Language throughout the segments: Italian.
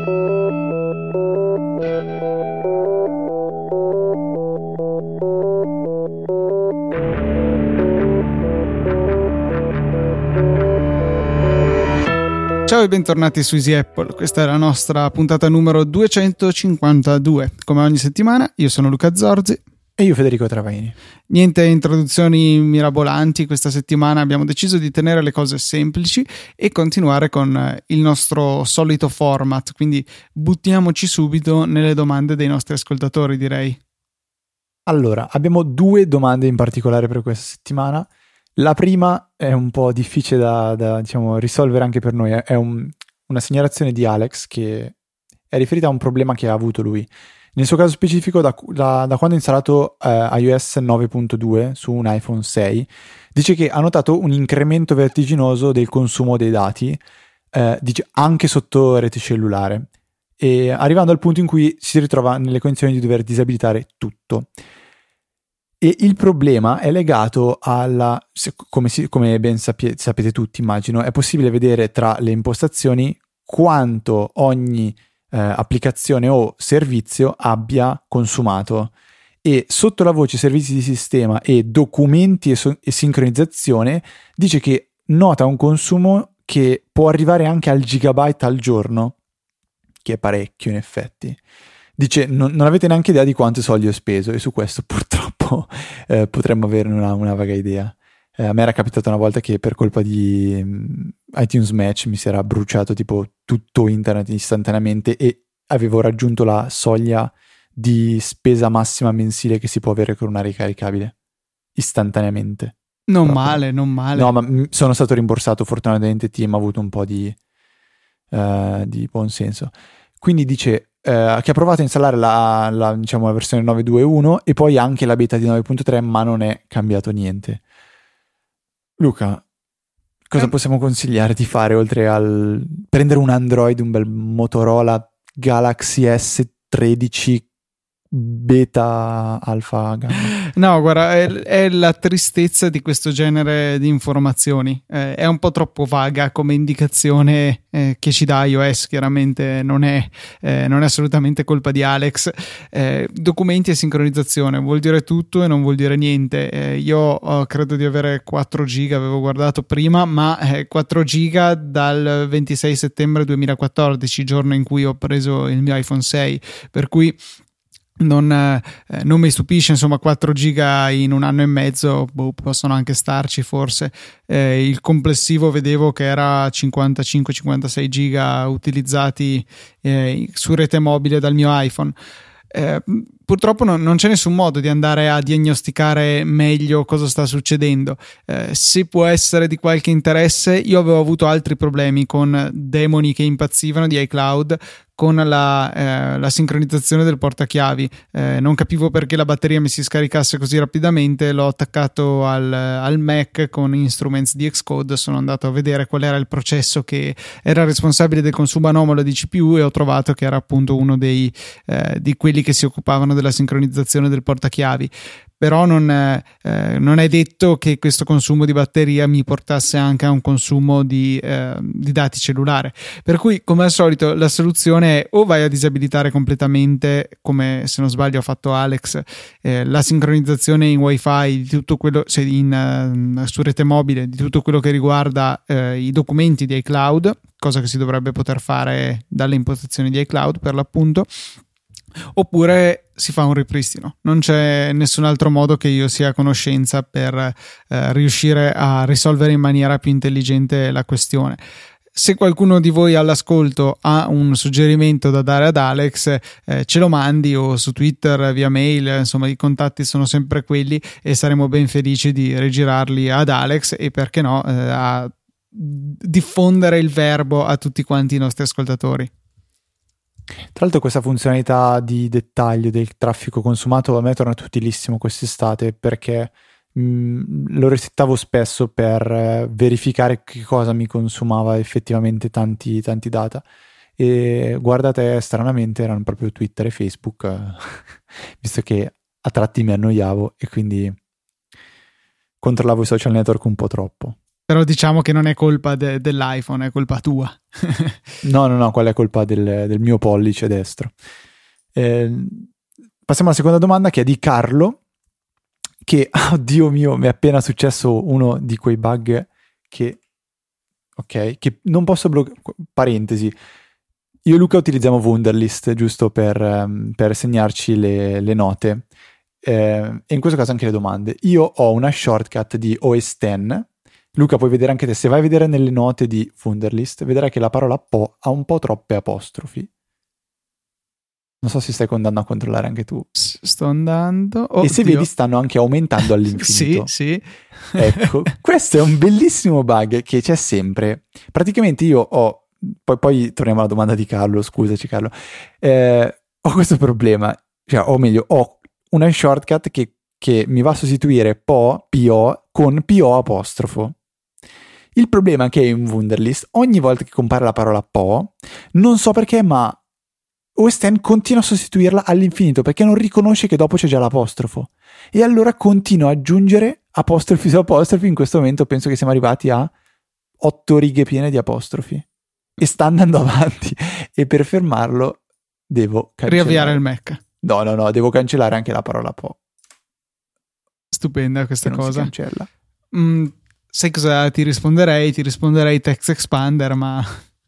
Ciao e bentornati su Easy Apple, questa è la nostra puntata numero 252. Come ogni settimana, io sono Luca Zorzi. E io Federico Travaini. Niente introduzioni mirabolanti, questa settimana abbiamo deciso di tenere le cose semplici e continuare con il nostro solito format, quindi buttiamoci subito nelle domande dei nostri ascoltatori, direi. Allora, abbiamo due domande in particolare per questa settimana. La prima è un po' difficile da diciamo, risolvere anche per noi, è una segnalazione di Alex che è riferita a un problema che ha avuto lui. Nel suo caso specifico, da quando ha installato iOS 9.2 su un iPhone 6, dice che ha notato un incremento vertiginoso del consumo dei dati, dice anche sotto rete cellulare, e arrivando al punto in cui si ritrova nelle condizioni di dover disabilitare tutto. E il problema è legato alla, come ben sapete tutti, immagino, è possibile vedere tra le impostazioni quanto ogni applicazione o servizio abbia consumato, e sotto la voce servizi di sistema e documenti e sincronizzazione dice che nota un consumo che può arrivare anche al gigabyte al giorno, che è parecchio in effetti. Dice non avete neanche idea di quanti soldi ho speso, e su questo purtroppo potremmo avere una vaga idea. A me era capitato una volta che per colpa di iTunes Match mi si era bruciato tipo tutto internet istantaneamente e avevo raggiunto la soglia di spesa massima mensile che si può avere con una ricaricabile istantaneamente. Non proprio. male. No, ma sono stato rimborsato, fortunatamente Team ha avuto un po' di buon senso. Quindi dice che ha provato a installare la versione 9.2.1 e poi anche la beta di 9.3, ma non è cambiato niente. Luca, cosa possiamo consigliare di fare oltre al prendere un Android, un bel Motorola Galaxy S13 beta alfa gamma? No, guarda, è la tristezza di questo genere di informazioni. È un po' troppo vaga come indicazione che ci dà iOS. Chiaramente non è assolutamente colpa di Alex. Documenti e sincronizzazione vuol dire tutto e non vuol dire niente. Io credo di avere 4 giga, avevo guardato prima, ma 4 giga dal 26 settembre 2014, giorno in cui ho preso il mio iPhone 6, per cui non mi stupisce, insomma. 4 giga in un anno e mezzo possono anche starci forse. Il complessivo vedevo che era 55-56 giga utilizzati su rete mobile dal mio iPhone. Purtroppo non c'è nessun modo di andare a diagnosticare meglio cosa sta succedendo. Se può essere di qualche interesse, io avevo avuto altri problemi con demoni che impazzivano di iCloud, con la sincronizzazione del portachiavi. Non capivo perché la batteria mi si scaricasse così rapidamente. L'ho attaccato al Mac con Instruments di Xcode, sono andato a vedere qual era il processo che era responsabile del consumo anomalo di CPU e ho trovato che era appunto uno di quelli che si occupavano della sincronizzazione del portachiavi. Però non è detto che questo consumo di batteria mi portasse anche a un consumo di dati cellulare, per cui come al solito la soluzione è o vai a disabilitare completamente, come se non sbaglio ha fatto Alex, la sincronizzazione in wifi di tutto quello, su rete mobile, di tutto quello che riguarda i documenti di iCloud, cosa che si dovrebbe poter fare dalle impostazioni di iCloud per l'appunto, oppure si fa un ripristino. Non c'è nessun altro modo che io sia a conoscenza per riuscire a risolvere in maniera più intelligente la questione. Se qualcuno di voi all'ascolto ha un suggerimento da dare ad Alex, ce lo mandi, o su Twitter, via mail, insomma i contatti sono sempre quelli e saremo ben felici di rigirarli ad Alex e perché no a diffondere il verbo a tutti quanti i nostri ascoltatori. Tra l'altro questa funzionalità di dettaglio del traffico consumato a me torna utilissimo quest'estate, perché lo resettavo spesso per verificare che cosa mi consumava effettivamente tanti data, e guardate, stranamente erano proprio Twitter e Facebook, visto che a tratti mi annoiavo e quindi controllavo i social network un po' troppo. Però diciamo che non è colpa dell'iPhone, è colpa tua. No, quella è colpa del mio pollice destro. Passiamo alla seconda domanda, che è di Carlo, che, oddio mio, mi è appena successo uno di quei bug che non posso bloccare. Parentesi, io e Luca utilizziamo Wunderlist giusto per segnarci le note, e in questo caso anche le domande. Io ho una shortcut di OS X. Luca, puoi vedere anche te, se vai a vedere nelle note di Wunderlist, vedrai che la parola po ha un po' troppe apostrofi. Non so se stai andando a controllare anche tu. Sto andando. E se vedi, stanno anche aumentando all'infinito. Sì. Ecco, questo è un bellissimo bug che c'è sempre. Praticamente io ho... Poi torniamo alla domanda di Carlo, scusaci Carlo. Ho questo problema, cioè, o meglio, ho una shortcut che mi va a sostituire PO con PO apostrofo. Il problema è che in Wunderlist, ogni volta che compare la parola PO, non so perché, ma OS X continua a sostituirla all'infinito perché non riconosce che dopo c'è già l'apostrofo, e allora continua a aggiungere apostrofi su apostrofi. In questo momento penso che siamo arrivati a 8 righe piene di apostrofi e sta andando avanti, e per fermarlo devo cancellare. Riavviare il Mac. No, devo cancellare anche la parola PO. Stupenda questa cosa. Si cancella. Sai cosa ti risponderei? Ti risponderei Text Expander, ma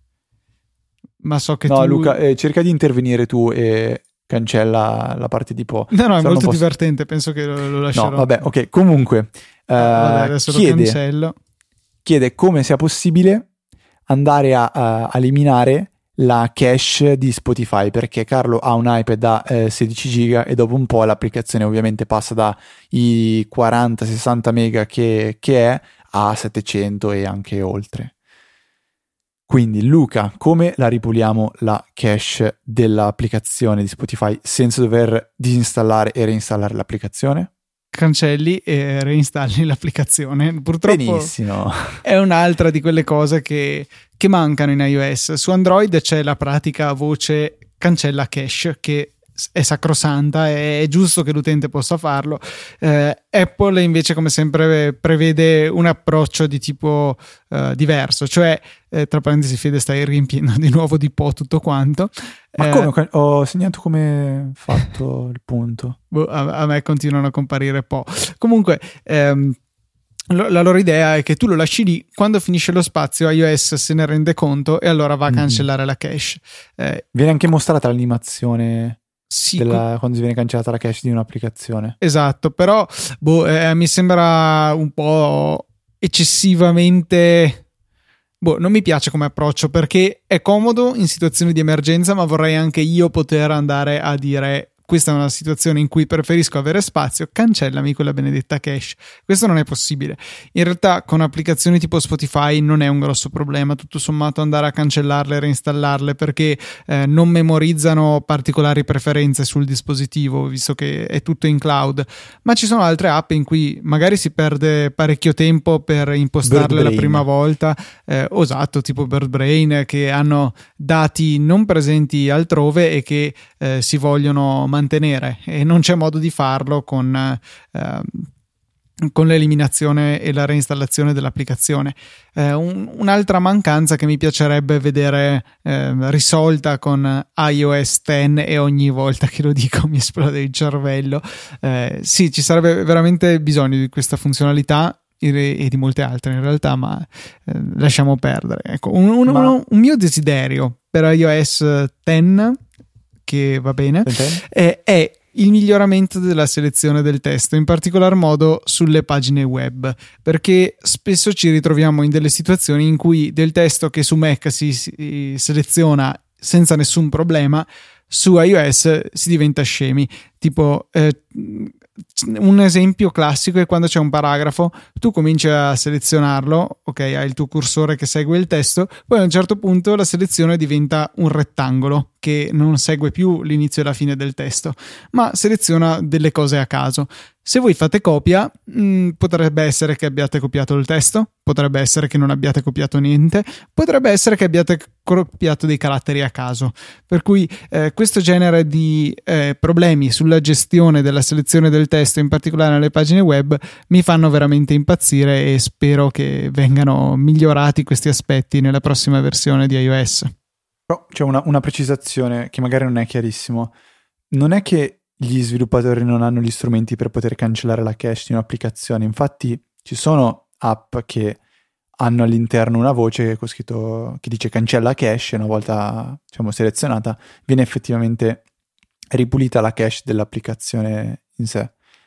so che no, Luca, cerca di intervenire tu e cancella la parte di PO. No, è molto divertente, penso che lo lascerò. No, vabbè, ok, comunque adesso lo cancello. Chiede come sia possibile andare a eliminare la cache di Spotify, perché Carlo ha un iPad da 16 giga e dopo un po' l'applicazione ovviamente passa dai 40-60 mega che è a 700 e anche oltre. Quindi Luca, come la ripuliamo la cache dell'applicazione di Spotify senza dover disinstallare e reinstallare l'applicazione? Cancelli e reinstalli l'applicazione. Purtroppo benissimo. È un'altra di quelle cose che mancano in iOS. Su Android c'è la pratica voce cancella cache, che è sacrosanta, è giusto che l'utente possa farlo. Apple invece, come sempre, prevede un approccio di tipo diverso, cioè tra parentesi, Fede, stai riempiendo di nuovo di po' tutto quanto. Ma come? Ho segnato come fatto il punto. A me continuano a comparire po'. Comunque la loro idea è che tu lo lasci lì, quando finisce lo spazio iOS se ne rende conto e allora va a cancellare la cache. Viene anche mostrata l'animazione. Sì, quando viene cancellata la cache di un'applicazione. Esatto, però mi sembra un po' eccessivamente... non mi piace come approccio, perché è comodo in situazioni di emergenza, ma vorrei anche io poter andare a dire: questa è una situazione in cui preferisco avere spazio, cancellami quella benedetta cache. Questo non è possibile. In realtà con applicazioni tipo Spotify non è un grosso problema, tutto sommato, andare a cancellarle e reinstallarle, perché non memorizzano particolari preferenze sul dispositivo, visto che è tutto in cloud. Ma ci sono altre app in cui magari si perde parecchio tempo per impostarle la prima volta, esatto, tipo BirdBrain, che hanno dati non presenti altrove e che si vogliono mantenere, e non c'è modo di farlo con l'eliminazione e la reinstallazione dell'applicazione. Un'altra mancanza che mi piacerebbe vedere risolta con iOS X, e ogni volta che lo dico mi esplode il cervello, sì, ci sarebbe veramente bisogno di questa funzionalità e di molte altre in realtà, ma lasciamo perdere. Ecco, un mio desiderio per iOS X, che va bene, è il miglioramento della selezione del testo, in particolar modo sulle pagine web, perché spesso ci ritroviamo in delle situazioni in cui del testo che su Mac si seleziona senza nessun problema, su iOS si diventa scemi. Tipo, un esempio classico è quando c'è un paragrafo, tu cominci a selezionarlo, ok, hai il tuo cursore che segue il testo, poi a un certo punto la selezione diventa un rettangolo, che non segue più l'inizio e la fine del testo, ma seleziona delle cose a caso. Se voi fate copia, potrebbe essere che abbiate copiato il testo, potrebbe essere che non abbiate copiato niente, potrebbe essere che abbiate copiato dei caratteri a caso. Per cui questo genere di problemi sulla gestione della selezione del testo, in particolare nelle pagine web, mi fanno veramente impazzire e spero che vengano migliorati questi aspetti nella prossima versione di iOS. Però c'è una precisazione che magari non è chiarissimo. Non è che gli sviluppatori non hanno gli strumenti per poter cancellare la cache di un'applicazione. Infatti ci sono app che hanno all'interno una voce con scritto che dice cancella cache, e una volta selezionata viene effettivamente ripulita la cache dell'applicazione in sé.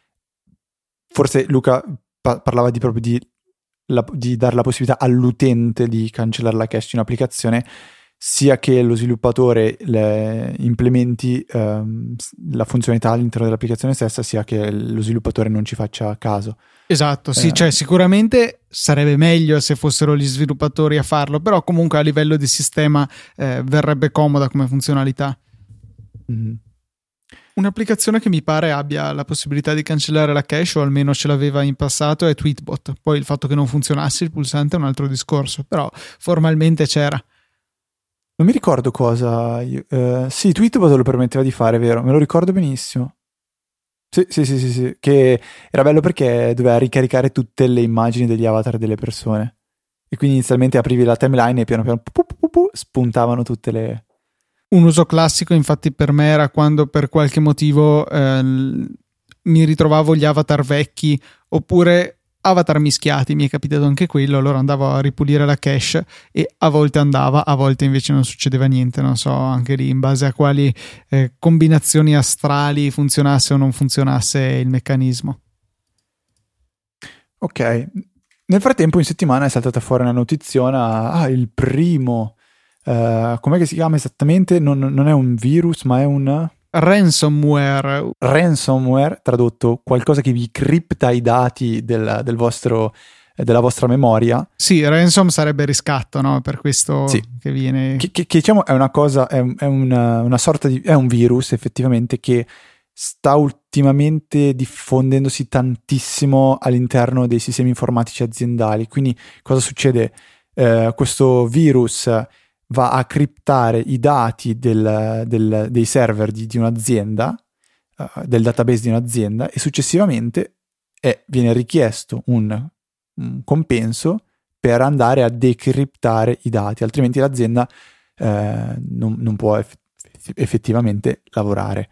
Forse Luca parlava proprio di dare la possibilità all'utente di cancellare la cache di un'applicazione, sia che lo sviluppatore implementi la funzionalità all'interno dell'applicazione stessa, sia che lo sviluppatore non ci faccia caso. Esatto, sì, cioè sicuramente sarebbe meglio se fossero gli sviluppatori a farlo, però comunque a livello di sistema verrebbe comoda come funzionalità. Mm. Un'applicazione che mi pare abbia la possibilità di cancellare la cache, o almeno ce l'aveva in passato, è Tweetbot. Poi il fatto che non funzionasse il pulsante è un altro discorso, però formalmente c'era. Non mi ricordo cosa. Sì, Tweetbot lo permetteva di fare, vero? Me lo ricordo benissimo. Sì. Che era bello perché doveva ricaricare tutte le immagini degli avatar delle persone. E quindi inizialmente aprivi la timeline e piano piano spuntavano tutte le. Un uso classico, infatti, per me era quando per qualche motivo mi ritrovavo gli avatar vecchi oppure avatar mischiati, mi è capitato anche quello, allora andavo a ripulire la cache e a volte andava, a volte invece non succedeva niente, non so anche lì in base a quali combinazioni astrali funzionasse o non funzionasse il meccanismo. Ok, nel frattempo in settimana è saltata fuori una notiziona, il primo, com'è che si chiama esattamente? Non è un virus, ma è un ransomware, tradotto qualcosa che vi cripta i dati della vostra memoria. Sì, ransom sarebbe riscatto, no? Per questo sì. Che viene. Che diciamo è una cosa, è una sorta di. È un virus effettivamente che sta ultimamente diffondendosi tantissimo all'interno dei sistemi informatici aziendali. Quindi cosa succede? Questo virus va a criptare i dati dei server di un'azienda, del database di un'azienda, e successivamente viene richiesto un compenso per andare a decriptare i dati, altrimenti l'azienda non può effettivamente lavorare.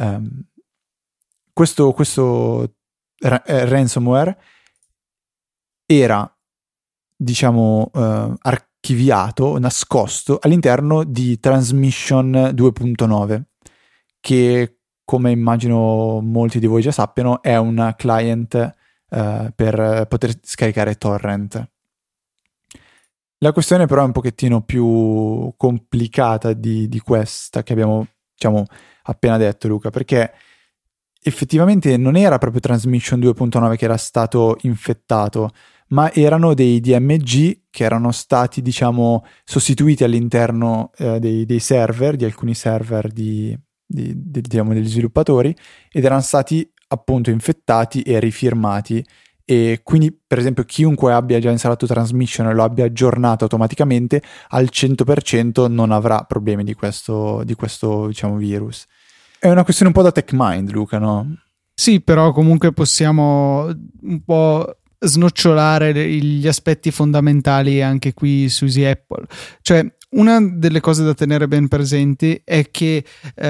Questo ransomware era, diciamo, archiviato, nascosto all'interno di Transmission 2.9, che, come immagino molti di voi già sappiano, è un client per poter scaricare torrent. La questione però è un pochettino più complicata di questa che abbiamo, diciamo, appena detto, Luca, perché effettivamente non era proprio Transmission 2.9 che era stato infettato, ma erano dei DMG che erano stati, diciamo, sostituiti all'interno dei server, di alcuni server diciamo, degli sviluppatori, ed erano stati appunto infettati e rifirmati. E quindi, per esempio, chiunque abbia già installato Transmission e lo abbia aggiornato automaticamente, al 100% non avrà problemi di questo diciamo, virus. È una questione un po' da TechMind, Luca, no? Sì, però comunque possiamo un po' snocciolare gli aspetti fondamentali anche qui su Easy Apple. Cioè, una delle cose da tenere ben presenti è che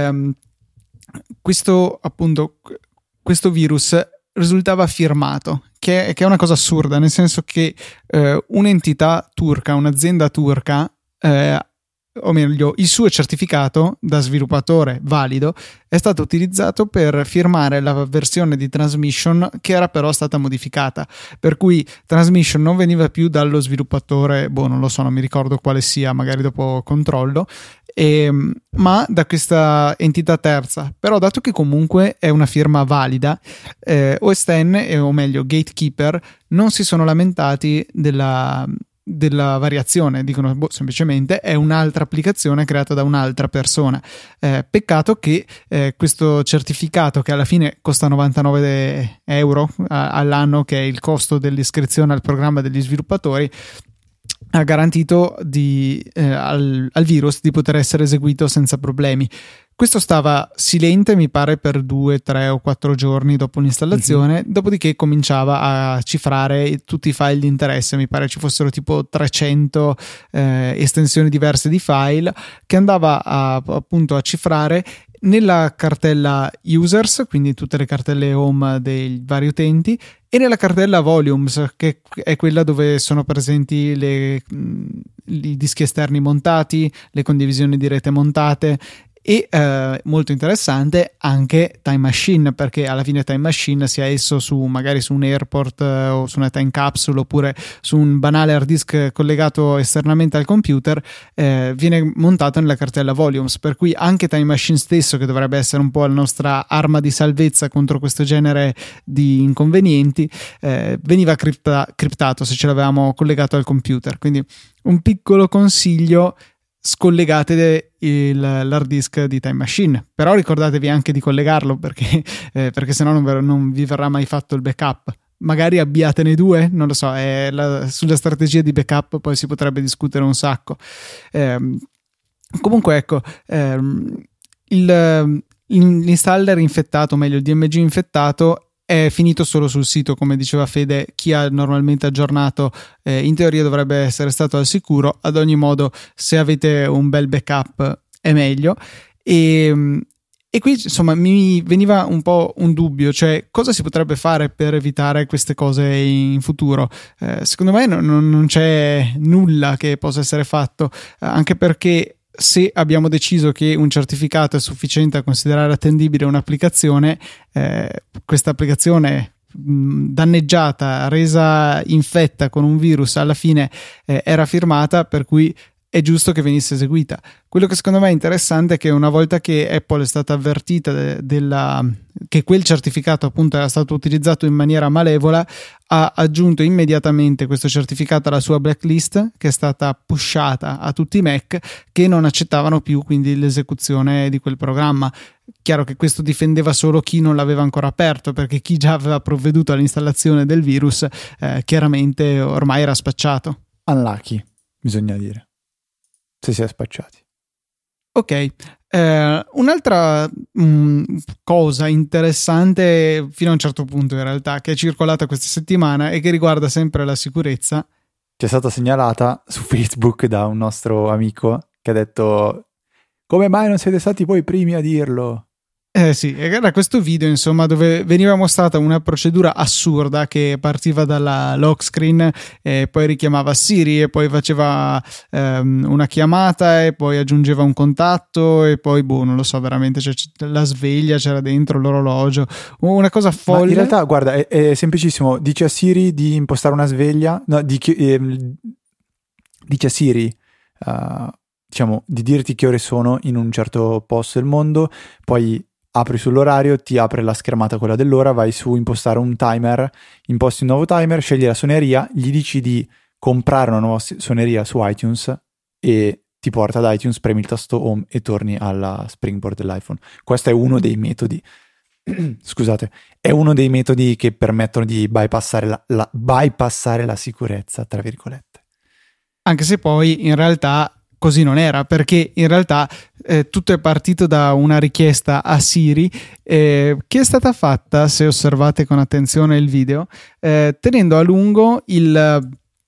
questo virus risultava firmato, che è una cosa assurda, nel senso che un'entità turca, un'azienda turca, o meglio, il suo certificato da sviluppatore valido è stato utilizzato per firmare la versione di Transmission che era però stata modificata, per cui Transmission non veniva più dallo sviluppatore, non lo so, non mi ricordo quale sia, magari dopo controllo, ma da questa entità terza. Però dato che comunque è una firma valida, OS X, o meglio Gatekeeper, non si sono lamentati della variazione, dicono semplicemente è un'altra applicazione creata da un'altra persona. Peccato che questo certificato, che alla fine costa 99 euro all'anno, che è il costo dell'iscrizione al programma degli sviluppatori, ha garantito al virus di poter essere eseguito senza problemi. Questo stava silente, mi pare, per 2, 3 o 4 giorni dopo l'installazione, dopodiché cominciava a cifrare tutti i file di interesse. Mi pare ci fossero tipo 300 estensioni diverse di file che andava appunto a cifrare nella cartella users, quindi tutte le cartelle home dei vari utenti, e nella cartella volumes, che è quella dove sono presenti i dischi esterni montati, le condivisioni di rete montate, e molto interessante anche Time Machine, perché alla fine Time Machine, sia esso magari su un airport o su una time capsule oppure su un banale hard disk collegato esternamente al computer, viene montato nella cartella volumes, per cui anche Time Machine stesso, che dovrebbe essere un po' la nostra arma di salvezza contro questo genere di inconvenienti, veniva criptato se ce l'avevamo collegato al computer. Quindi un piccolo consiglio: scollegate l'hard disk di Time Machine, però ricordatevi anche di collegarlo, perché sennò non vi verrà mai fatto il backup. Magari abbiatene 2, non lo so, sulla strategia di backup poi si potrebbe discutere un sacco. Comunque ecco, l'installer infettato, meglio il DMG infettato, è finito solo sul sito, come diceva Fede. Chi ha normalmente aggiornato in teoria dovrebbe essere stato al sicuro. Ad ogni modo, se avete un bel backup è meglio. E qui insomma mi veniva un po' un dubbio, cioè cosa si potrebbe fare per evitare queste cose in futuro. Secondo me non c'è nulla che possa essere fatto, anche perché se abbiamo deciso che un certificato è sufficiente a considerare attendibile un'applicazione, questa applicazione danneggiata, resa infetta con un virus, alla fine era firmata, per cui è giusto che venisse eseguita. Quello che secondo me è interessante è che una volta che Apple è stata avvertita che quel certificato appunto era stato utilizzato in maniera malevola, ha aggiunto immediatamente questo certificato alla sua blacklist, che è stata pushata a tutti i Mac che non accettavano più quindi l'esecuzione di quel programma. Chiaro che questo difendeva solo chi non l'aveva ancora aperto, perché chi già aveva provveduto all'installazione del virus chiaramente ormai era spacciato. Unlucky, bisogna dire, se si è spacciati. Ok, un'altra cosa interessante fino a un certo punto in realtà, che è circolata questa settimana e che riguarda sempre la sicurezza, ci è stata segnalata su Facebook da un nostro amico che ha detto: come mai non siete stati voi i primi a dirlo? Sì, era questo video insomma dove veniva mostrata una procedura assurda che partiva dalla lock screen e poi richiamava Siri e poi faceva una chiamata e poi aggiungeva un contatto e poi non lo so veramente, cioè, la sveglia c'era dentro, l'orologio, una cosa folle. Ma in realtà guarda, è semplicissimo. Dice a Siri di impostare una sveglia, no, dice a Siri diciamo di dirti che ore sono in un certo posto del mondo, poi apri sull'orario, ti apre la schermata quella dell'ora, vai su impostare un timer, imposti un nuovo timer, scegli la suoneria, gli dici di comprare una nuova suoneria su iTunes e ti porta ad iTunes, premi il tasto home e torni alla springboard dell'iPhone. Questo è uno dei metodi scusate, è uno dei metodi che permettono di bypassare la sicurezza, tra virgolette. Anche se poi in realtà così non era, perché in realtà tutto è partito da una richiesta a Siri che è stata fatta, se osservate con attenzione il video, tenendo a lungo il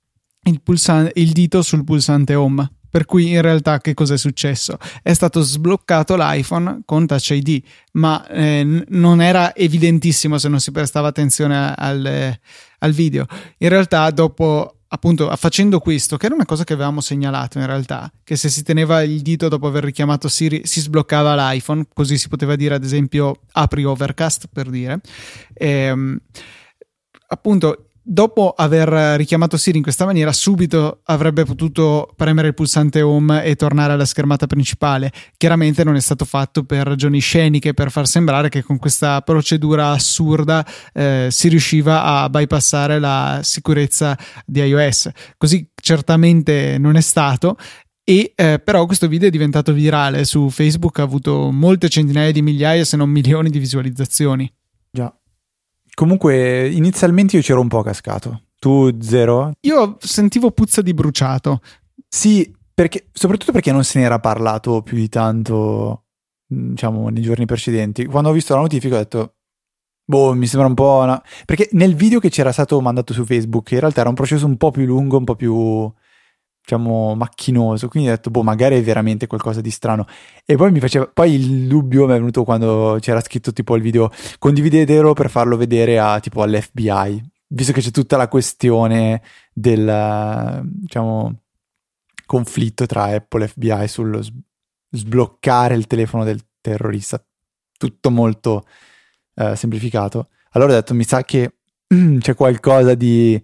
dito sul pulsante home. Per cui in realtà che cosa è successo? È stato sbloccato l'iPhone con Touch ID, ma non era evidentissimo se non si prestava attenzione al video. In realtà dopo, appunto, facendo questo, che era una cosa che avevamo segnalato in realtà, che se si teneva il dito dopo aver richiamato Siri si sbloccava l'iPhone, così si poteva dire ad esempio apri Overcast, per dire, appunto dopo aver richiamato Siri in questa maniera, subito avrebbe potuto premere il pulsante home e tornare alla schermata principale. Chiaramente non è stato fatto per ragioni sceniche, per far sembrare che con questa procedura assurda si riusciva a bypassare la sicurezza di iOS. Così certamente non è stato. E però questo video è diventato virale su Facebook, ha avuto molte centinaia di migliaia se non milioni di visualizzazioni. Già. Comunque inizialmente io c'ero un po' cascato. Tu zero? Io sentivo puzza di bruciato. Sì, soprattutto perché non se ne era parlato più di tanto, diciamo, nei giorni precedenti. Quando ho visto la notifica ho detto, mi sembra un po'... No. Perché nel video che c'era stato mandato su Facebook in realtà era un processo un po' più lungo, un po' più, diciamo, macchinoso. Quindi ho detto, magari è veramente qualcosa di strano. E poi poi il dubbio mi è venuto quando c'era scritto tipo il video, condividetelo per farlo vedere tipo all'FBI. Visto che c'è tutta la questione del, diciamo, conflitto tra Apple e FBI sullo sbloccare il telefono del terrorista. Tutto molto semplificato. Allora ho detto, mi sa che c'è qualcosa di...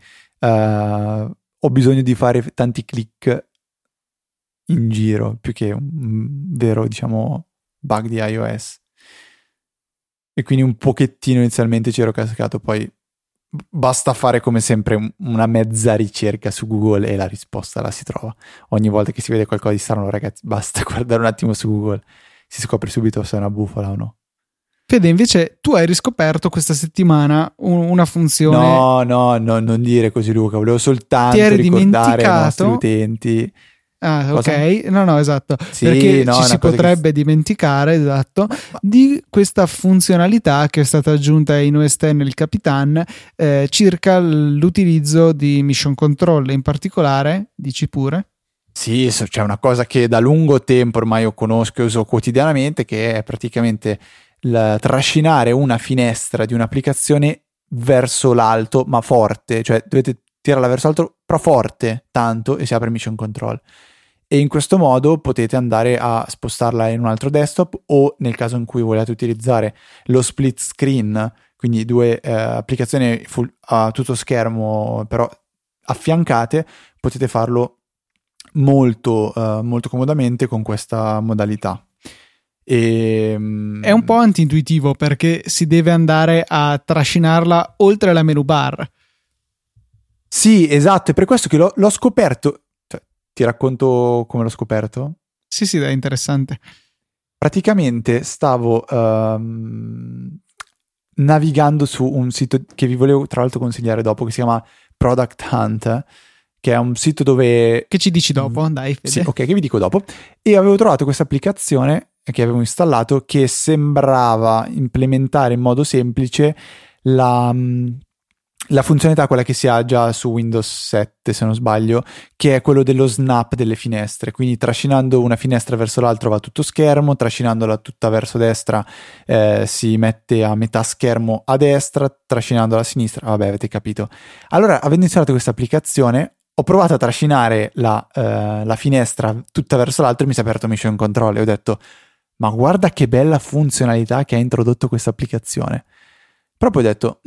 ho bisogno di fare tanti click in giro, più che un vero, diciamo, bug di iOS. E quindi un pochettino inizialmente c'ero cascato, poi basta fare come sempre una mezza ricerca su Google e la risposta la si trova. Ogni volta che si vede qualcosa di strano, ragazzi, basta guardare un attimo su Google, si scopre subito se è una bufala o no. Fede, invece tu hai riscoperto questa settimana una funzione... No, non dire così, Luca, volevo soltanto ricordare ai nostri utenti... Ah, cosa? Ok, no, esatto, sì, perché ci si potrebbe dimenticare, esatto, di questa funzionalità che è stata aggiunta in OS X nel Capitan circa l'utilizzo di Mission Control, in particolare, dici pure? Sì, c'è una cosa che da lungo tempo ormai io conosco e uso quotidianamente, che è praticamente trascinare una finestra di un'applicazione verso l'alto, ma forte, cioè dovete tirarla verso l'alto, però forte, tanto, e si apre Mission Control. E in questo modo potete andare a spostarla in un altro desktop, o nel caso in cui vogliate utilizzare lo split screen, quindi due applicazioni a tutto schermo però affiancate, potete farlo molto comodamente con questa modalità. È un po' anti-intuitivo perché si deve andare a trascinarla oltre la menu bar. Sì, esatto, è per questo che l'ho scoperto. Cioè, ti racconto come l'ho scoperto? Sì, è interessante. Praticamente stavo navigando su un sito che vi volevo tra l'altro consigliare dopo, che si chiama Product Hunt, che è un sito dove... Che ci dici dopo? Dai, Fede. Sì, ok, che vi dico dopo. E avevo trovato questa applicazione che avevo installato che sembrava implementare in modo semplice la funzionalità, quella che si ha già su Windows 7 se non sbaglio, che è quello dello snap delle finestre. Quindi trascinando una finestra verso l'altro va tutto schermo, trascinandola tutta verso destra si mette a metà schermo a destra, trascinandola a sinistra, vabbè, avete capito. Allora, avendo installato questa applicazione, ho provato a trascinare la finestra tutta verso l'altro e mi si è aperto Mission Control e ho detto, ma guarda che bella funzionalità che ha introdotto questa applicazione. Però poi ho detto,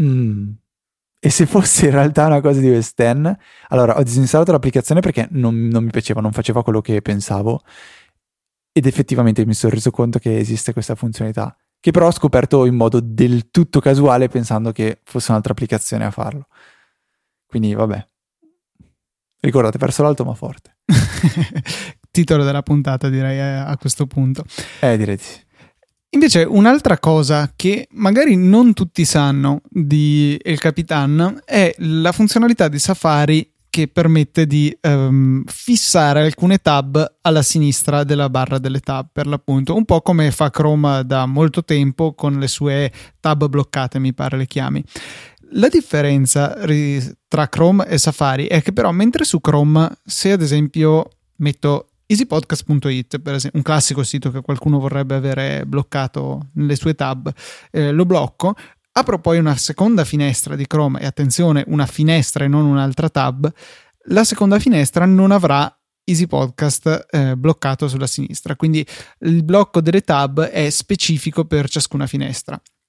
e se fosse in realtà una cosa di OS X? Allora ho disinstallato l'applicazione perché non mi piaceva, non faceva quello che pensavo, ed effettivamente mi sono reso conto che esiste questa funzionalità, che però ho scoperto in modo del tutto casuale pensando che fosse un'altra applicazione a farlo. Quindi vabbè, ricordate, verso l'alto ma forte. Titolo della puntata, direi, a questo punto. Direi di sì. Invece un'altra cosa che magari non tutti sanno di El Capitan è la funzionalità di Safari che permette di fissare alcune tab alla sinistra della barra delle tab, per l'appunto, un po' come fa Chrome da molto tempo con le sue tab bloccate, mi pare le chiami. La differenza tra Chrome e Safari è che però mentre su Chrome, se ad esempio metto easypodcast.it, per esempio, un classico sito che qualcuno vorrebbe avere bloccato nelle sue tab, lo blocco, apro poi una seconda finestra di Chrome, e attenzione, una finestra e non un'altra tab, la seconda finestra non avrà Easy Podcast bloccato sulla sinistra, quindi il blocco delle tab è specifico per ciascuna finestra.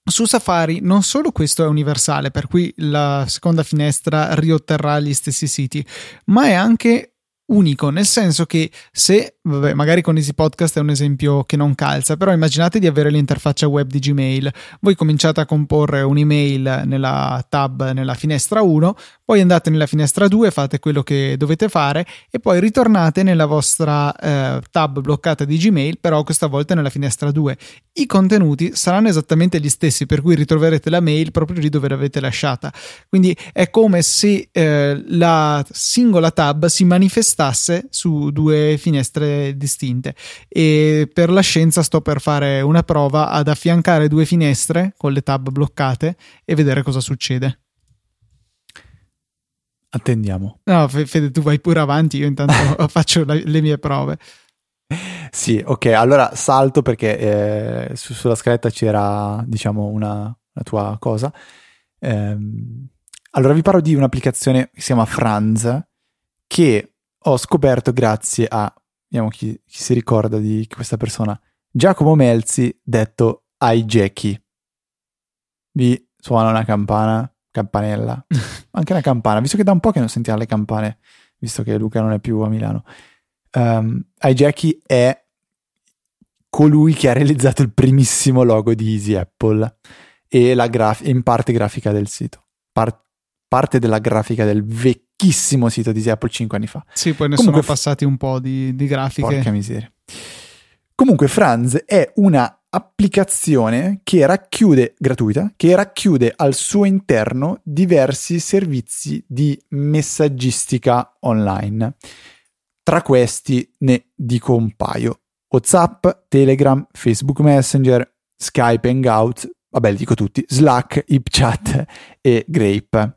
Su Safari non solo questo è universale, per cui la seconda finestra riotterrà gli stessi siti, ma è anche unico, nel senso che se, vabbè, magari con Easy Podcast è un esempio che non calza, però immaginate di avere l'interfaccia web di Gmail, voi cominciate a comporre un'email nella tab, nella finestra 1, poi andate nella finestra 2, fate quello che dovete fare e poi ritornate nella vostra tab bloccata di Gmail, però questa volta nella finestra 2. I contenuti saranno esattamente gli stessi, per cui ritroverete la mail proprio lì dove l'avete lasciata, quindi è come se la singola tab si manifestasse su due finestre distinte. E per la scienza sto per fare una prova ad affiancare due finestre con le tab bloccate e vedere cosa succede. Attendiamo. No, Fede, tu vai pure avanti, io intanto faccio le mie prove. Sì, ok, allora salto perché sulla scaletta c'era, diciamo, una tua cosa. Allora vi parlo di un'applicazione che si chiama Franz, che ho scoperto grazie a, vediamo chi si ricorda di questa persona, Giacomo Melzi, detto iJackie. Vi suona una campanella, anche una campana, visto che da un po' che non sentiamo le campane, visto che Luca non è più a Milano. iJackie è colui che ha realizzato il primissimo logo di Easy Apple e in parte grafica del sito, parte della grafica del vecchissimo sito di Easy Apple 5 anni fa. Sì, poi ne sono passati un po' di grafiche. Porca miseria. Comunque Franz è una applicazione che racchiude, gratuita, che racchiude al suo interno diversi servizi di messaggistica online. Tra questi ne dico un paio: WhatsApp, Telegram, Facebook Messenger, Skype, Hangout, vabbè li dico tutti, Slack, HipChat e Grape.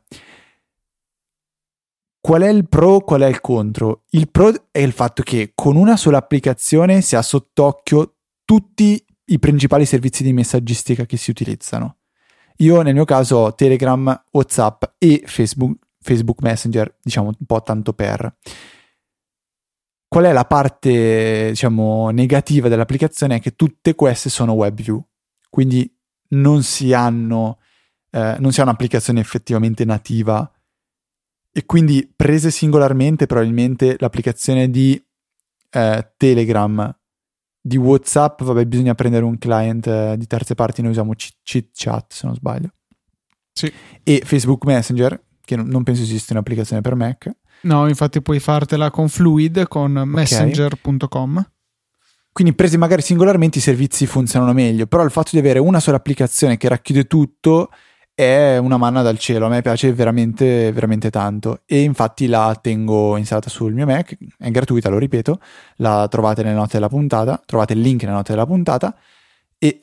Qual è il pro, qual è il contro? Il pro è il fatto che con una sola applicazione si ha sott'occhio tutti i principali servizi di messaggistica che si utilizzano. Io nel mio caso ho Telegram, WhatsApp e Facebook Messenger, diciamo un po' tanto per. Qual è la parte, diciamo, negativa dell'applicazione? È che tutte queste sono WebView, quindi non si ha un'applicazione effettivamente nativa, e quindi prese singolarmente probabilmente l'applicazione di Telegram, di WhatsApp, vabbè, bisogna prendere un client di terze parti, noi usiamo ChitChat se non sbaglio. Sì. E Facebook Messenger, che non penso esista un'applicazione per Mac. No, infatti puoi fartela con Fluid, con messenger.com. Quindi presi magari singolarmente i servizi funzionano meglio, però il fatto di avere una sola applicazione che racchiude tutto è una manna dal cielo. A me piace veramente, veramente tanto e infatti la tengo installata sul mio Mac, è gratuita, lo ripeto, la trovate nelle note della puntata, trovate il link nelle note della puntata e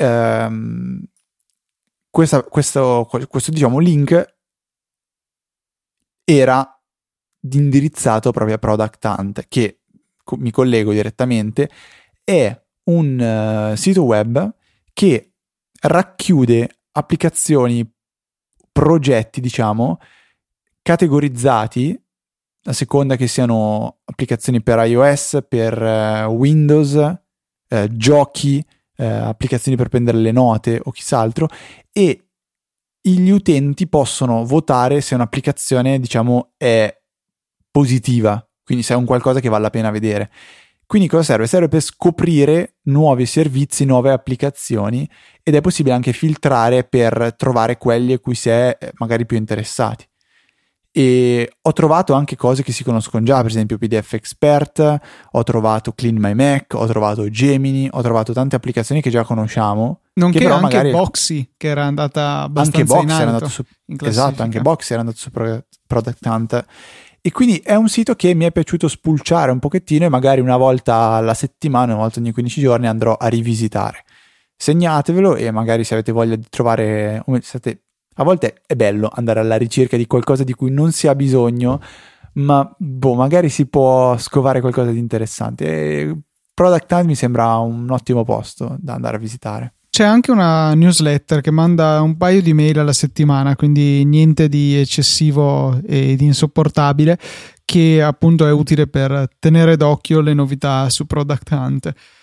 questo diciamo link era indirizzato proprio a Product Hunt, che mi collego direttamente. È un sito web che racchiude applicazioni, progetti, diciamo, categorizzati a seconda che siano applicazioni per iOS, per Windows, giochi, applicazioni per prendere le note o chissà altro, e gli utenti possono votare se un'applicazione, diciamo, è positiva, quindi se è un qualcosa che vale la pena vedere. Quindi cosa serve? Serve per scoprire nuovi servizi, nuove applicazioni, ed è possibile anche filtrare per trovare quelli a cui si è magari più interessati. E ho trovato anche cose che si conoscono già, per esempio PDF Expert, ho trovato Clean My Mac, ho trovato Gemini, ho trovato tante applicazioni che già conosciamo. Nonché che però anche magari Boxy, che era andata abbastanza anche Box in alto, era andato su, esatto, anche Box era andato su Product Hunt. E quindi è un sito che mi è piaciuto spulciare un pochettino e magari una volta alla settimana, una volta ogni 15 giorni andrò a rivisitare. Segnatevelo e magari se avete voglia di trovare... A volte è bello andare alla ricerca di qualcosa di cui non si ha bisogno, ma magari si può scovare qualcosa di interessante. E Product Hunt mi sembra un ottimo posto da andare a visitare. C'è anche una newsletter che manda un paio di mail alla settimana, quindi niente di eccessivo e di insopportabile, che appunto è utile per tenere d'occhio le novità su Product Hunt.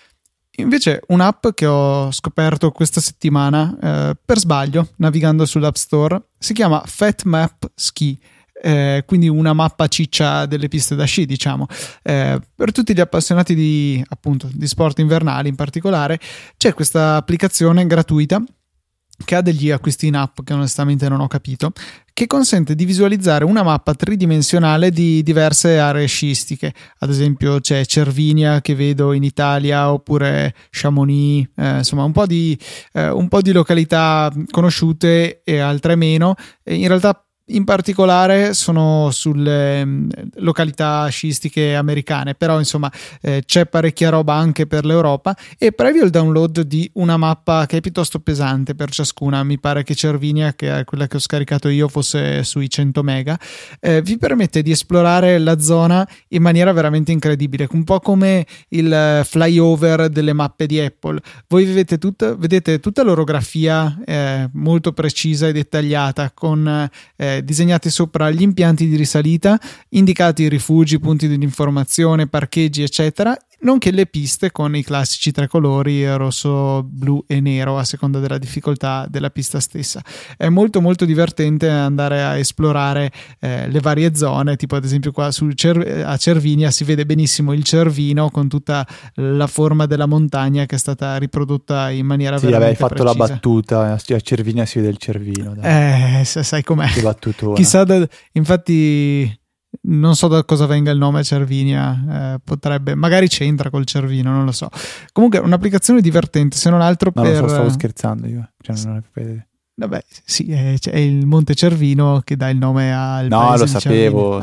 Invece un'app che ho scoperto questa settimana per sbaglio navigando sull'App Store si chiama FatMap Ski. Quindi una mappa ciccia delle piste da sci, diciamo. Per tutti gli appassionati di sport invernali in particolare, c'è questa applicazione gratuita che ha degli acquisti in app che onestamente non ho capito, che consente di visualizzare una mappa tridimensionale di diverse aree sciistiche. Ad esempio c'è Cervinia che vedo in Italia, oppure Chamonix, insomma un po' di località conosciute e altre meno. In realtà in particolare sono sulle località sciistiche americane, però insomma c'è parecchia roba anche per l'Europa, e previo il download di una mappa che è piuttosto pesante per ciascuna, mi pare che Cervinia, che è quella che ho scaricato io, fosse sui 100 mega, vi permette di esplorare la zona in maniera veramente incredibile, un po' come il flyover delle mappe di Apple. Voi vedete tutta l'orografia molto precisa e dettagliata, con disegnati sopra gli impianti di risalita, indicati i rifugi, punti di informazione, parcheggi eccetera, nonché le piste con i classici tre colori, rosso, blu e nero a seconda della difficoltà della pista stessa. È molto molto divertente andare a esplorare le varie zone, tipo ad esempio qua a Cervinia si vede benissimo il Cervino con tutta la forma della montagna che è stata riprodotta in maniera veramente precisa. Sì, avevi fatto la battuta, a Cervinia si vede il Cervino. Sai com'è. Che battutona. Chissà, infatti non so da cosa venga il nome Cervinia, potrebbe, magari c'entra col Cervino, non lo so. Comunque è un'applicazione divertente, se non altro no, per... stavo scherzando io, non è per... Vabbè, sì, è il Monte Cervino che dà il nome al paese. No, lo sapevo.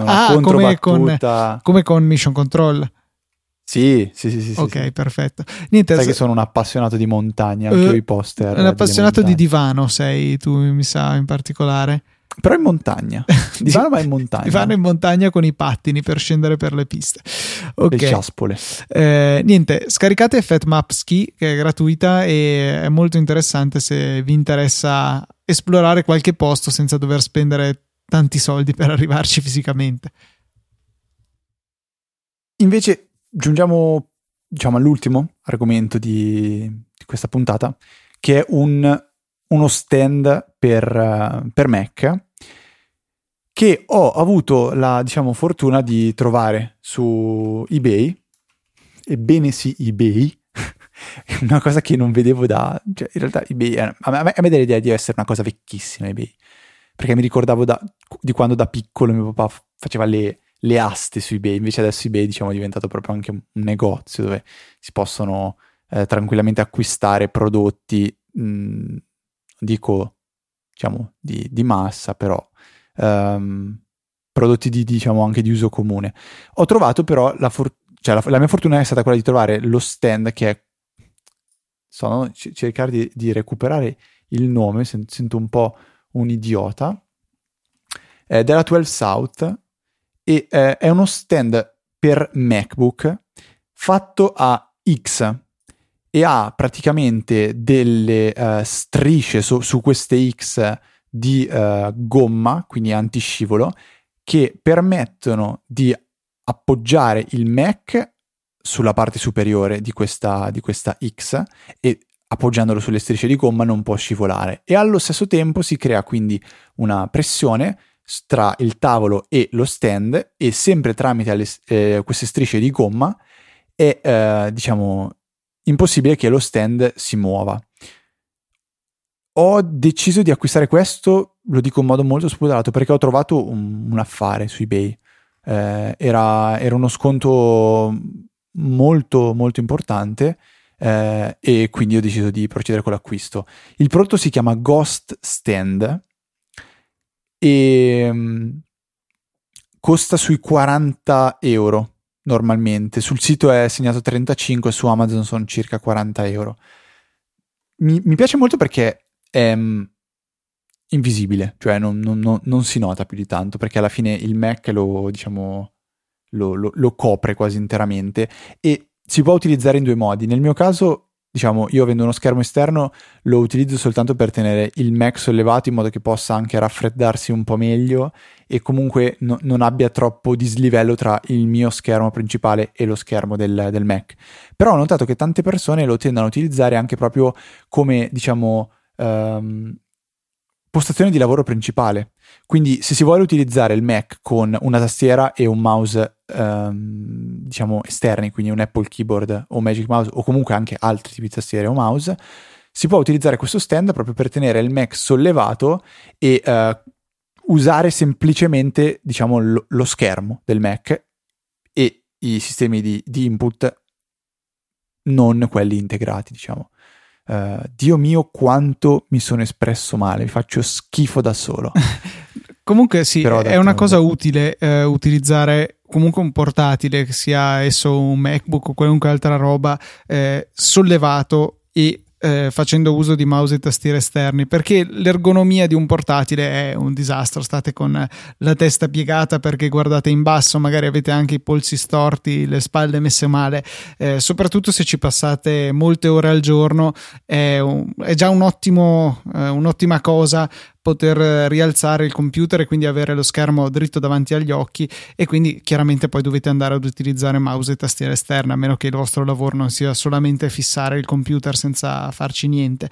Come con Mission Control. Sì. Ok, sì. Perfetto. Niente, sai che sono un appassionato di montagna, anche io i poster. Un appassionato di divano sei tu, mi sa, in particolare. Però in montagna. Divano ma in montagna. Divano in montagna con i pattini per scendere per le piste. Ok. Le ciaspole. Niente, scaricate FatMap Ski, che è gratuita e è molto interessante se vi interessa esplorare qualche posto senza dover spendere tanti soldi per arrivarci fisicamente. Invece giungiamo, diciamo, all'ultimo argomento di questa puntata, che è uno stand per Mac, che ho avuto la, diciamo, fortuna di trovare su eBay. Ebbene sì, eBay. Una cosa che non vedevo cioè in realtà eBay a me dà l'idea di essere una cosa vecchissima eBay, perché mi ricordavo di quando da piccolo mio papà faceva le aste su eBay. Invece adesso eBay, diciamo, è diventato proprio anche un negozio dove si possono tranquillamente acquistare prodotti, dico, diciamo, di massa, però prodotti diciamo anche di uso comune. Ho trovato però la mia fortuna è stata quella di trovare lo stand che è, cercare di recuperare il nome, sento un po' un idiota, della 12 South, e è uno stand per MacBook fatto a X e ha praticamente delle strisce su queste X di gomma, quindi antiscivolo, che permettono di appoggiare il Mac sulla parte superiore di questa X, e appoggiandolo sulle strisce di gomma non può scivolare, e allo stesso tempo si crea quindi una pressione tra il tavolo e lo stand, e sempre tramite queste strisce di gomma è diciamo impossibile che lo stand si muova. Ho deciso di acquistare questo, lo dico in modo molto spudorato, perché ho trovato un affare su eBay. Era uno sconto molto molto importante, e quindi ho deciso di procedere con l'acquisto. Il prodotto si chiama Ghost Stand e costa sui 40 euro normalmente. Sul sito è segnato 35, su Amazon sono circa 40 euro. Mi piace molto perché è invisibile, cioè non si nota più di tanto, perché alla fine il Mac lo copre quasi interamente, e si può utilizzare in due modi. Nel mio caso diciamo, io avendo uno schermo esterno lo utilizzo soltanto per tenere il Mac sollevato in modo che possa anche raffreddarsi un po' meglio e comunque non abbia troppo dislivello tra il mio schermo principale e lo schermo del Mac. Però ho notato che tante persone lo tendono a utilizzare anche proprio come, diciamo, postazione di lavoro principale. Quindi se si vuole utilizzare il Mac con una tastiera e un mouse diciamo esterni, quindi un Apple Keyboard o Magic Mouse o comunque anche altri tipi di tastiere o mouse, si può utilizzare questo stand proprio per tenere il Mac sollevato e usare semplicemente, diciamo, lo schermo del Mac e i sistemi di input, non quelli integrati, diciamo. Dio mio, quanto mi sono espresso male, mi faccio schifo da solo. Comunque sì, è una cosa utile utilizzare comunque un portatile, che sia esso un MacBook o qualunque altra roba, sollevato e facendo uso di mouse e tastiere esterni, perché l'ergonomia di un portatile è un disastro. State con la testa piegata perché guardate in basso, magari avete anche i polsi storti, le spalle messe male, soprattutto se ci passate molte ore al giorno. È già un'ottima cosa poter rialzare il computer e quindi avere lo schermo dritto davanti agli occhi, e quindi chiaramente poi dovete andare ad utilizzare mouse e tastiera esterna, a meno che il vostro lavoro non sia solamente fissare il computer senza farci niente.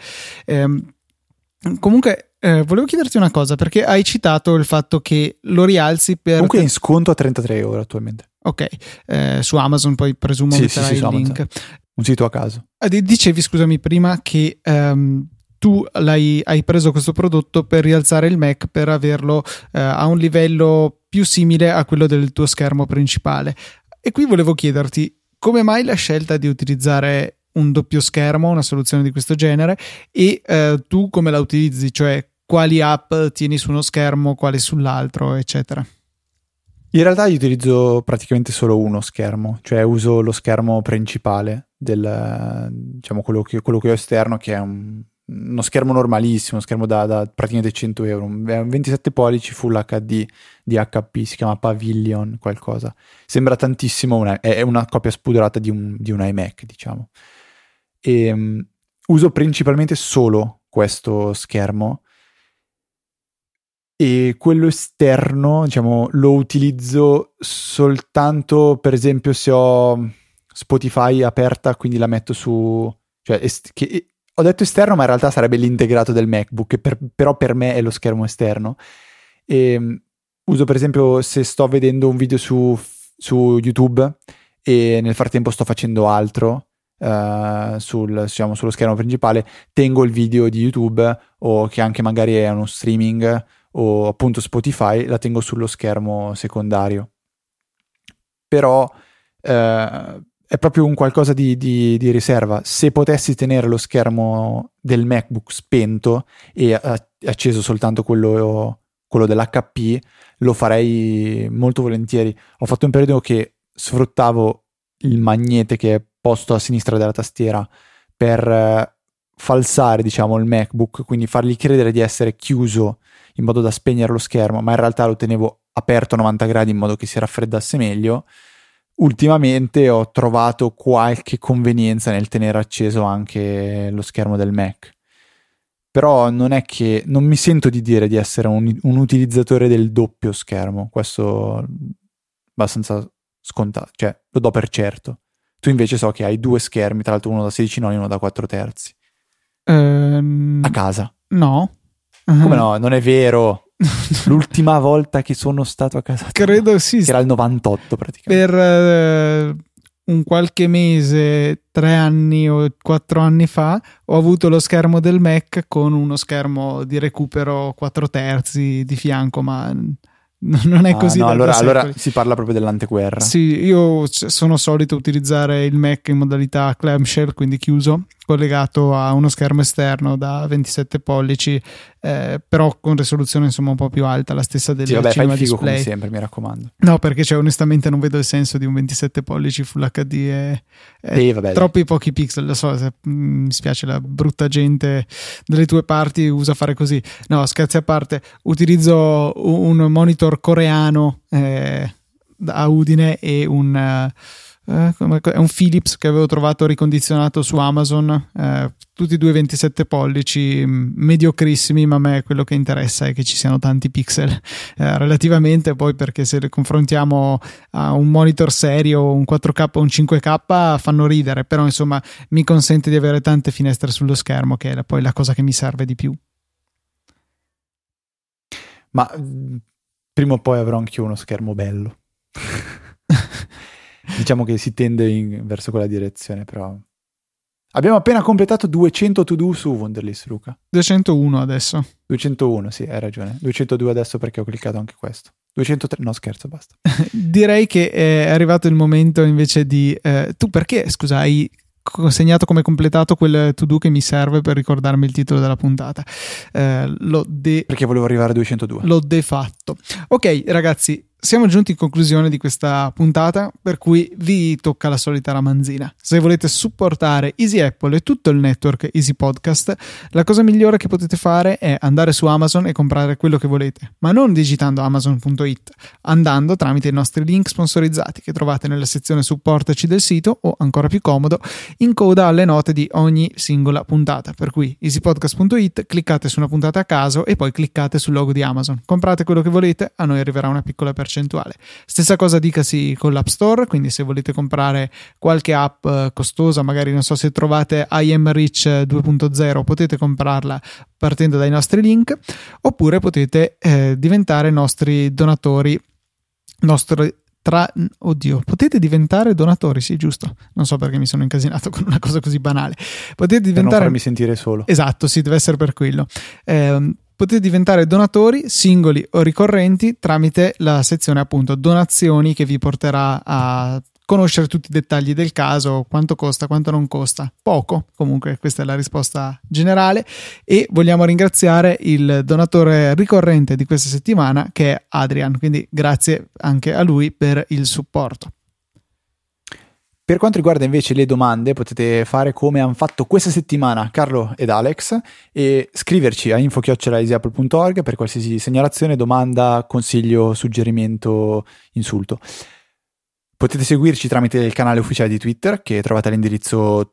Comunque volevo chiederti una cosa, perché hai citato il fatto che lo rialzi per... Comunque è in sconto a 33 euro attualmente. Ok, su Amazon poi presumo metterai il link. Un sito a caso. Dicevi, scusami, prima che tu hai preso questo prodotto per rialzare il Mac, per averlo a un livello più simile a quello del tuo schermo principale. E qui volevo chiederti come mai la scelta di utilizzare un doppio schermo, una soluzione di questo genere, e tu come la utilizzi, cioè quali app tieni su uno schermo, quali sull'altro, eccetera. In realtà io utilizzo praticamente solo uno schermo, cioè uso lo schermo principale diciamo quello che ho esterno, che è uno schermo normalissimo, uno schermo da praticamente 100 euro, un 27 pollici Full HD di HP, si chiama Pavilion qualcosa, sembra tantissimo, è una copia spudorata di un iMac, diciamo. E uso principalmente solo questo schermo, e quello esterno, diciamo, lo utilizzo soltanto, per esempio, se ho Spotify aperta, quindi la metto su... cioè, ho detto esterno, ma in realtà sarebbe l'integrato del MacBook, però per me è lo schermo esterno. E uso, per esempio, se sto vedendo un video su YouTube e nel frattempo sto facendo altro sullo schermo principale, tengo il video di YouTube, o che anche magari è uno streaming, o appunto Spotify, la tengo sullo schermo secondario. Però è proprio un qualcosa di riserva. Se potessi tenere lo schermo del MacBook spento e acceso soltanto quello dell'HP, lo farei molto volentieri. Ho fatto un periodo che sfruttavo il magnete che è posto a sinistra della tastiera per falsare, diciamo, il MacBook, quindi fargli credere di essere chiuso in modo da spegnere lo schermo, ma in realtà lo tenevo aperto a 90 gradi in modo che si raffreddasse meglio. Ultimamente ho trovato qualche convenienza nel tenere acceso anche lo schermo del Mac, però non è che non mi sento di dire di essere un utilizzatore del doppio schermo, questo abbastanza scontato, cioè lo do per certo. Tu invece so che hai due schermi, tra l'altro uno da 16 noni e uno da 4 terzi. A casa? No. Come no? Non è vero. L'ultima volta che sono stato a casa credo sì, era il 98 praticamente. Per un qualche mese, 3 anni o 4 anni fa, ho avuto lo schermo del Mac con uno schermo di recupero 4 terzi di fianco, ma non è così. No, allora si parla proprio dell'anteguerra. Sì, io sono solito utilizzare il Mac in modalità clamshell, quindi chiuso, collegato a uno schermo esterno da 27 pollici, però con risoluzione insomma un po' più alta, la stessa del Cinema fai figo display. Come sempre, mi raccomando. No, perché onestamente non vedo il senso di un 27 pollici Full HD e troppi pochi pixel. Lo so, mi spiace, la brutta gente delle tue parti usa fare così. No, scherzi a parte, utilizzo un monitor coreano a Udine e un è un Philips che avevo trovato ricondizionato su Amazon, tutti e due 27 pollici, mediocrissimi, ma a me quello che interessa è che ci siano tanti pixel relativamente, poi perché se le confrontiamo a un monitor serio, un 4K o un 5K fanno ridere, però insomma mi consente di avere tante finestre sullo schermo, che è poi la cosa che mi serve di più. Ma prima o poi avrò anche io uno schermo bello. Diciamo che si tende verso quella direzione, però abbiamo appena completato 200 to-do su Wunderlist, Luca. 201 adesso. 201, sì, hai ragione. 202 adesso perché ho cliccato anche questo. 203, no scherzo, basta. Direi che è arrivato il momento invece di... tu perché, scusa, hai segnato come completato quel to-do che mi serve per ricordarmi il titolo della puntata? Perché volevo arrivare a 202. L'ho defatto. Ok, ragazzi, siamo giunti in conclusione di questa puntata, per cui vi tocca la solita ramanzina. Se volete supportare Easy Apple e tutto il network Easy Podcast, la cosa migliore che potete fare è andare su Amazon e comprare quello che volete, ma non digitando amazon.it, andando tramite i nostri link sponsorizzati che trovate nella sezione supportaci del sito o, ancora più comodo, in coda alle note di ogni singola puntata. Per cui easypodcast.it, cliccate su una puntata a caso e poi cliccate sul logo di Amazon. Comprate quello che volete, a noi arriverà una piccola percentuale. Stessa cosa dicasi con l'App Store, quindi se volete comprare qualche app costosa, magari non so se trovate iAmRich 2.0, potete comprarla partendo dai nostri link, oppure potete diventare nostri donatori, potete diventare donatori, sì, giusto, non so perché mi sono incasinato con una cosa così banale. Potete diventare, per non farmi sentire solo. Esatto, sì, deve essere per quello. Potete diventare donatori singoli o ricorrenti tramite la sezione appunto donazioni, che vi porterà a conoscere tutti i dettagli del caso, quanto costa, quanto non costa. Poco, comunque questa è la risposta generale, e vogliamo ringraziare il donatore ricorrente di questa settimana, che è Adrian, quindi grazie anche a lui per il supporto. Per quanto riguarda invece le domande, potete fare come hanno fatto questa settimana Carlo ed Alex e scriverci a info@easyapple.org per qualsiasi segnalazione, domanda, consiglio, suggerimento, insulto. Potete seguirci tramite il canale ufficiale di Twitter, che trovate all'indirizzo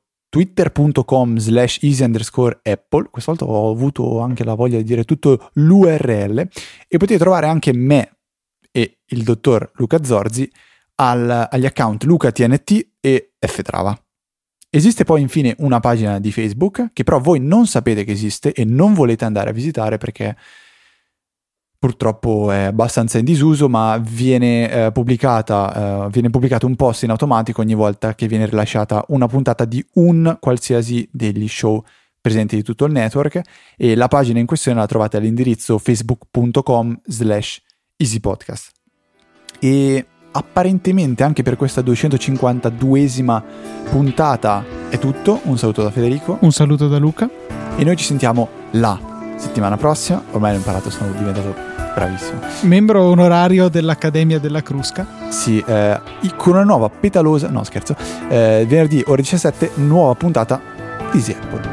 twitter.com/easy_apple. Questa volta ho avuto anche la voglia di dire tutto l'URL, e potete trovare anche me e il dottor Luca Zorzi agli account LucaTNT e Ftrava. Esiste poi infine una pagina di Facebook che però voi non sapete che esiste e non volete andare a visitare perché purtroppo è abbastanza in disuso, ma viene pubblicato un post in automatico ogni volta che viene rilasciata una puntata di un qualsiasi degli show presenti di tutto il network, e la pagina in questione la trovate all'indirizzo facebook.com/easypodcast. E apparentemente anche per questa 252esima puntata è tutto. Un saluto da Federico, un saluto da Luca, e noi ci sentiamo la settimana prossima. Ormai l'ho imparato, sono diventato bravissimo, membro onorario dell'Accademia della Crusca. Sì, con una nuova petalosa, no scherzo, venerdì ore 17 nuova puntata di Easy Apple.